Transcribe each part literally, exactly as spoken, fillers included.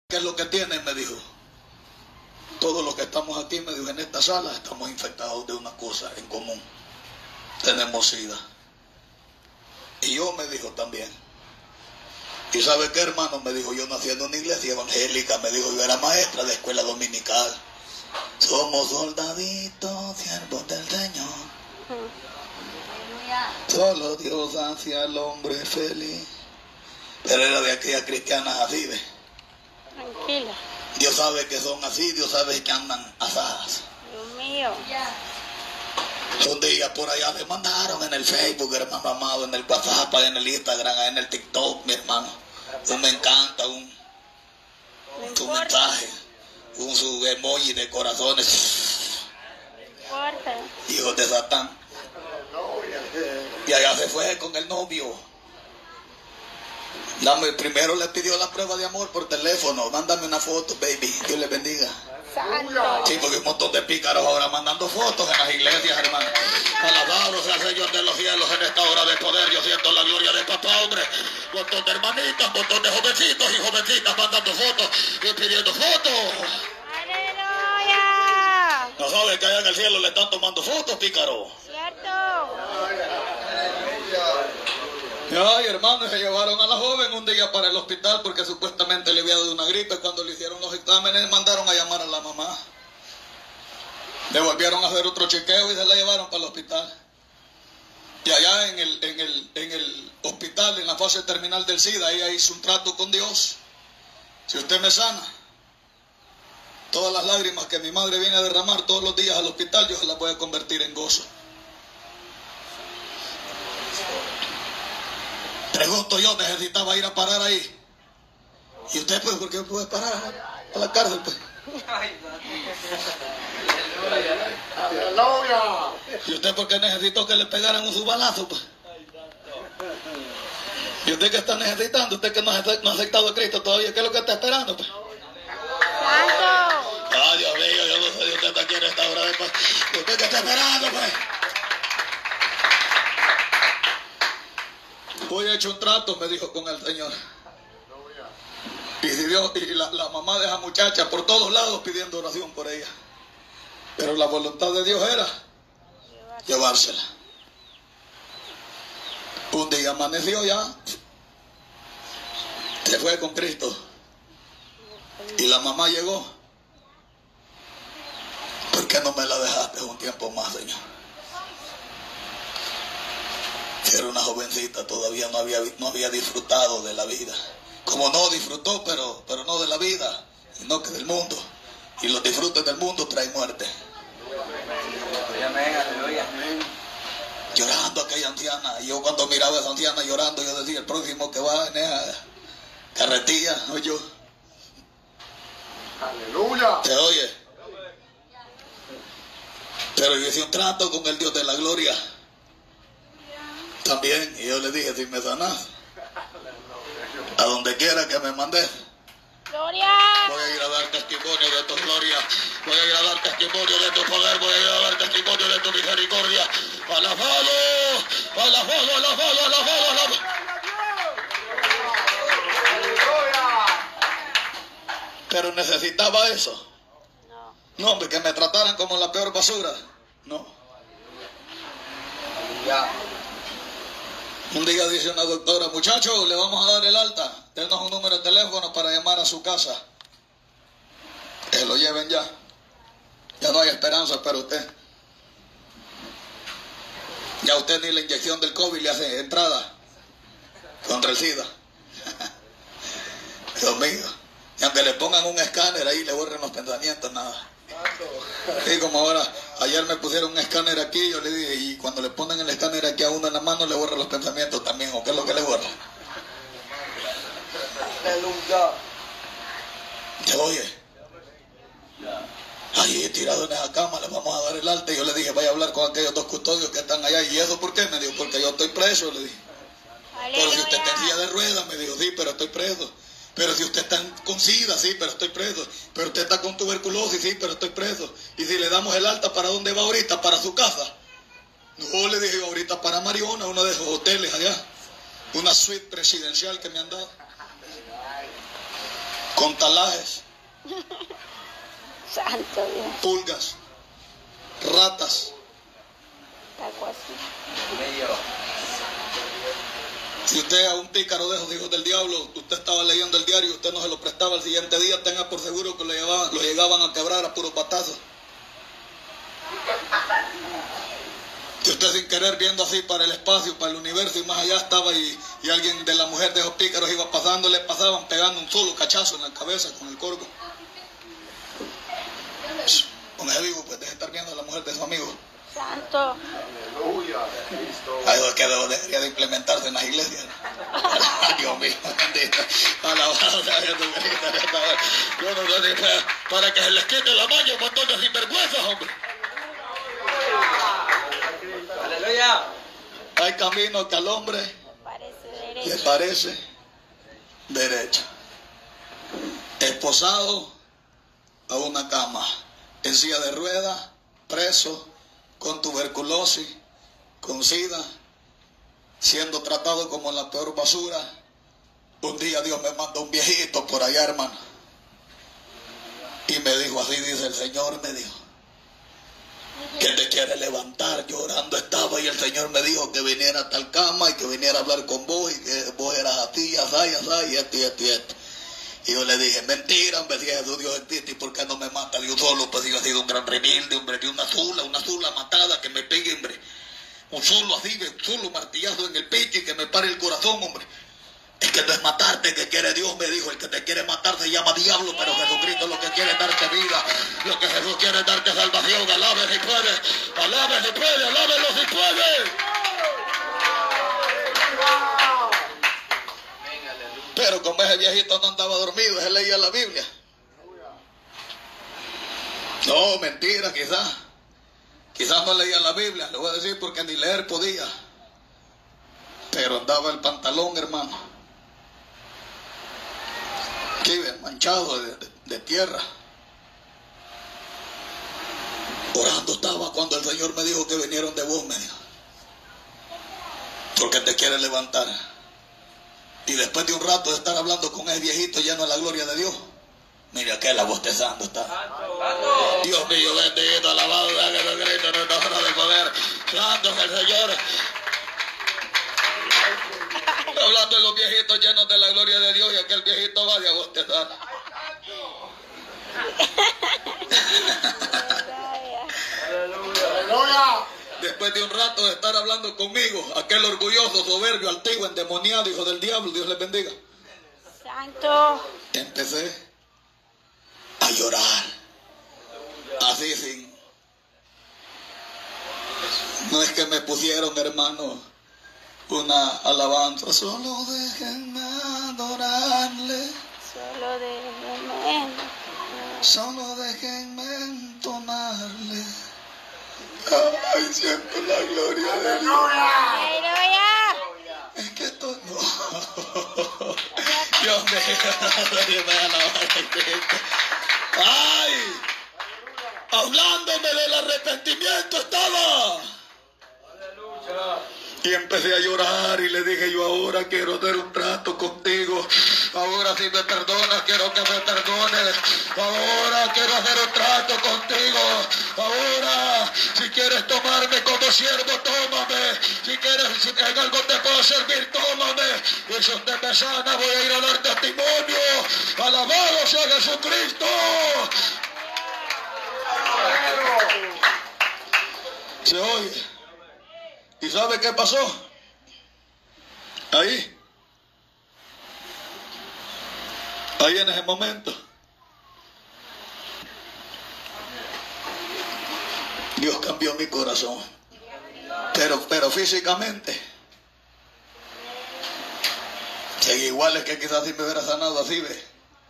¿Qué es lo que tienen? Me dijo. Todos los que estamos aquí, me dijo, en esta sala estamos infectados de una cosa en común. Tenemos SIDA. Y yo, me dijo, también. ¿Y sabe qué, hermano? Me dijo, yo nací en una iglesia evangélica. Me dijo, yo era maestra de escuela dominical. Somos soldaditos, siervos del Señor. Solo Dios hace al hombre feliz. Pero era de aquellas cristianas así, ¿ves? Tranquila. Dios sabe que son así, Dios sabe que andan asadas. Dios mío. Un día por allá me mandaron en el Facebook, hermano amado, en el WhatsApp, en el Instagram, en el TikTok, mi hermano. Un me encanta, un, No un mensaje, un su emoji de corazones. importa. Hijos de Satán. Y allá se fue con el novio. Dame, primero le pidió la prueba de amor por teléfono. Mándame una foto, baby. Dios le bendiga. Santo. Sí, porque hay un montón de pícaros ahora mandando fotos en las iglesias, hermano. Alabado sea el Señor de los cielos en esta hora de poder. Yo siento la gloria de papá, hombre. Un montón de hermanitas, un montón de jovencitos y jovencitas mandando fotos y pidiendo fotos. ¡Aleluya! ¿No sabe que allá en el cielo le están tomando fotos, pícaro? ¿Cierto? Ay, hermano, se llevaron a la joven un día para el hospital porque supuestamente le había dado una gripe. Cuando le hicieron los exámenes, mandaron a llamar a la mamá. Le volvieron a hacer otro chequeo y se la llevaron para el hospital. Y allá en el, en el, en el hospital, en la fase terminal del SIDA, ella hizo un trato con Dios. Si usted me sana, todas las lágrimas que mi madre viene a derramar todos los días al hospital, yo se las voy a convertir en gozo. Pregunto yo, necesitaba ir a parar ahí. ¿Y usted, pues, por qué puede parar a la cárcel, pues? ¿Y usted por qué necesitó que le pegaran un subalazo, pues? ¿Y usted qué está necesitando? ¿Usted que no ha, no ha aceptado a Cristo todavía? ¿Qué es lo que está esperando, pues? ¡Santo! Ay, Dios mío, yo no sé si usted está aquí en esta hora de paz. ¿Usted qué está esperando, pues? Hoy he hecho un trato, me dijo, con el Señor. Y, si Dios, y la, la mamá de esa muchacha por todos lados pidiendo oración por ella. Pero la voluntad de Dios era llevársela. Un día amaneció ya. Se fue con Cristo. Y la mamá llegó. ¿Por qué no me la dejaste un tiempo más, Señor? Era una jovencita, todavía no había, no había disfrutado de la vida. Como no disfrutó, pero, pero no de la vida, sino que del mundo. Y los disfrutes del mundo traen muerte. Llorando aquella anciana. Y yo cuando miraba a esa anciana llorando, yo decía, el próximo que va en esa carretilla, no yo. Aleluya. ¿Se oye? Pero yo hice un trato con el Dios de la gloria. También, y yo le dije, si me sanás, a donde quiera que me mandes, ¡Gloria! voy a ir a dar testimonio de tu gloria, voy a ir a dar testimonio de tu poder, voy a ir a dar testimonio de tu misericordia. Alabado, alabado, alabado, alabado, alabado. Pero necesitaba eso. No. No, hombre, que me trataran como la peor basura. No. Ya. Un día dice una doctora, muchachos, le vamos a dar el alta, denos un número de teléfono para llamar a su casa. Que lo lleven ya. Ya no hay esperanza para usted. Ya usted ni la inyección del COVID le hace entrada contra el SIDA. Dios mío. Y aunque le pongan un escáner ahí, le borren los pensamientos, nada. Sí, como ahora, ayer me pusieron un escáner aquí, yo le dije, y cuando le ponen el escáner aquí a uno en la mano, le borra los pensamientos también, ¿o qué es lo que le borra? Aleluya. ¿Se oye? Ahí tirado en esa cama, le vamos a dar el alta, y yo le dije, vaya a hablar con aquellos dos custodios que están allá, ¿y eso por qué? Me dijo, porque yo estoy preso, le dije. Pero si usted está en silla de ruedas, me dijo, sí, pero estoy preso. Pero si usted está con SIDA, sí, pero estoy preso. Pero usted está con tuberculosis, sí, pero estoy preso. Y si le damos el alta, ¿para dónde va ahorita? ¿Para su casa? No, le dije, ahorita para Mariona, uno de esos hoteles allá. Una suite presidencial que me han dado. con talajes, Santo Dios. pulgas, ratas. Taco así. Si usted a un pícaro de esos hijos del diablo, usted estaba leyendo el diario y usted no se lo prestaba el siguiente día, tenga por seguro que lo, llevaban, lo llegaban a quebrar a puros patazos. Si usted sin querer viendo así para el espacio, para el universo y más allá estaba y, y alguien de la mujer de esos pícaros iba pasando, le pasaban pegando un solo cachazo en la cabeza con el corvo. Póngase vivo, pues deje de estar viendo a la mujer de su amigo. Santo. Algo que debería de implementarse en las iglesias. Dios mío, bendito. Alabado sea Jesucristo. Yo no sé si fue para que se les quite la maña un montón de sinvergüenzas, hombre. Aleluya. Hay caminos que al hombre Parece le derecho. parece derecho. Esposado a una cama, en silla de ruedas, preso, con tuberculosis, con sida, siendo tratado como la peor basura. Un día Dios me mandó un viejito por allá, hermano, y me dijo así, dice el Señor, me dijo, que te quiere levantar. Llorando estaba y el Señor me dijo que viniera a tal cama y que viniera a hablar con vos y que vos eras así, así, así, y esto, y esto, y esto. Y yo le dije, mentira, hombre, si Jesús Dios existe, ¿y por qué no me mata Dios solo? Pues yo he sido un gran rebelde, hombre, de una sola, una sola matada que me pegue, hombre. Un solo así, un solo martillazo en el pecho y que me pare el corazón, hombre. Es que no es matarte que quiere Dios, me dijo. El que te quiere matar se llama diablo, pero Jesucristo lo que quiere es darte vida. Lo que Jesús quiere es darte salvación. Alabe si puede, alabe si puede, alábelo si puede. Pero como ese viejito no andaba dormido, él leía la Biblia. No, mentira, quizás. Quizás no leía la Biblia, le voy a decir porque ni leer podía. Pero andaba el pantalón, hermano. Aquí, manchado de, de, de tierra. Orando estaba cuando el Señor me dijo que vinieron de vos, me dijo. Porque te quiere levantar. Y después de un rato de estar hablando con ese viejito lleno de la gloria de Dios, mire aquel bostezando está. Santo. Dios mío, bendito, alabado sea Jesucristo, nuestra hora de poder. Santo es el Señor. Hablando de los viejitos llenos de la gloria de Dios y aquel viejito vaya a bostezar. Aleluya. Después de un rato de estar hablando conmigo, aquel orgulloso, soberbio, altivo, endemoniado, hijo del diablo, Dios les bendiga. Santo. Empecé a llorar, así sin... No es que me pusieron, hermano, una alabanza. Solo déjenme adorarle. Solo déjenme. Solo déjenme entonarle. Ay, siento la gloria de Dios. Aleluya. Es que esto no. Dios mío, me alaba. Ay, hablándome del arrepentimiento estaba. Y empecé a llorar y le dije yo, ahora quiero hacer un trato contigo. Ahora si me perdonas quiero que me perdones. Ahora quiero hacer un trato contigo. Ahora si quieres tomarme como siervo, tómame. Si quieres, si en algo te puedo servir, tómame. Y si usted me sana, voy a ir a dar testimonio. Alabado sea Jesucristo. Se oye. ¿Y sabe qué pasó? Ahí. Ahí en ese momento. Dios cambió mi corazón. Pero, pero físicamente. Seguí igual, es que quizás si me hubiera sanado así, ve.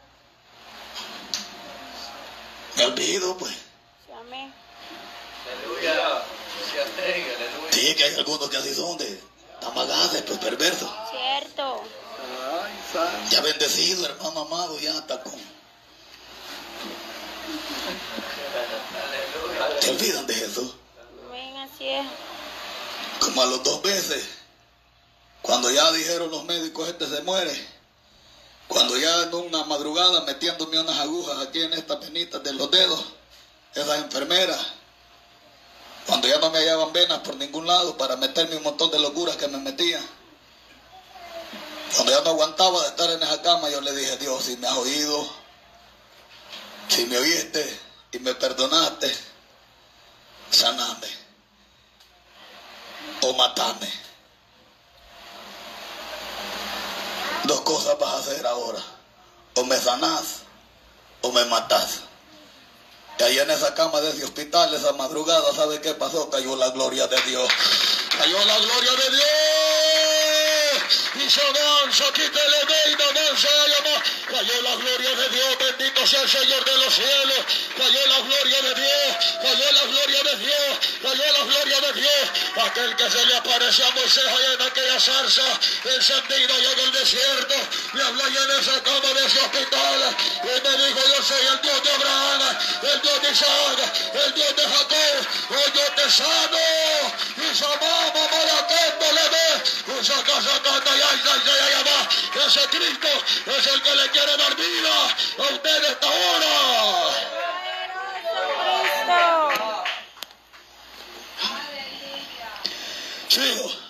Me olvido, pues. Amén. Aleluya. Sí, que hay algunos que así son de tamagaces, pues perversos. Cierto. Ya bendecido, hermano amado, ya está con... Se olvidan de Jesús. Amén, así es. Como a los dos veces, cuando ya dijeron los médicos, este se muere, Cuando ya en una madrugada metiéndome unas agujas aquí en estas venitas de los dedos, esas enfermeras, cuando ya no me hallaban venas por ningún lado para meterme un montón de locuras que me metían, cuando ya no aguantaba de estar en esa cama, yo le dije: Dios, si me has oído, si me oíste y me perdonaste, saname o matame. Dos cosas vas a hacer ahora: o me sanás o me matás. Y ahí en esa cama de ese hospital, esa madrugada, ¿sabe qué pasó? Cayó la gloria de Dios. Cayó la gloria de Dios. Y se avanza, quítele veina, avanza, llama. Cayó la gloria de Dios, bendito sea el Señor de los cielos. Cayó la gloria de Dios, cayó la gloria de Dios, cayó la gloria de Dios. Aquel que se le apareció a Moisés allá en aquella zarza encendida allá en el desierto, me habló allá en esa cama de ese hospital y me dijo: yo soy el Dios de Abraham, el Dios de Isaac, el Dios de Jacob. Hoy yo te sano. Y llamamos para que no le ve. Usa casa, canta, y ay, ay, ay, ay, va. Ese Cristo es el que le quiere dar vida a usted esta hora. Cristo. Sigo.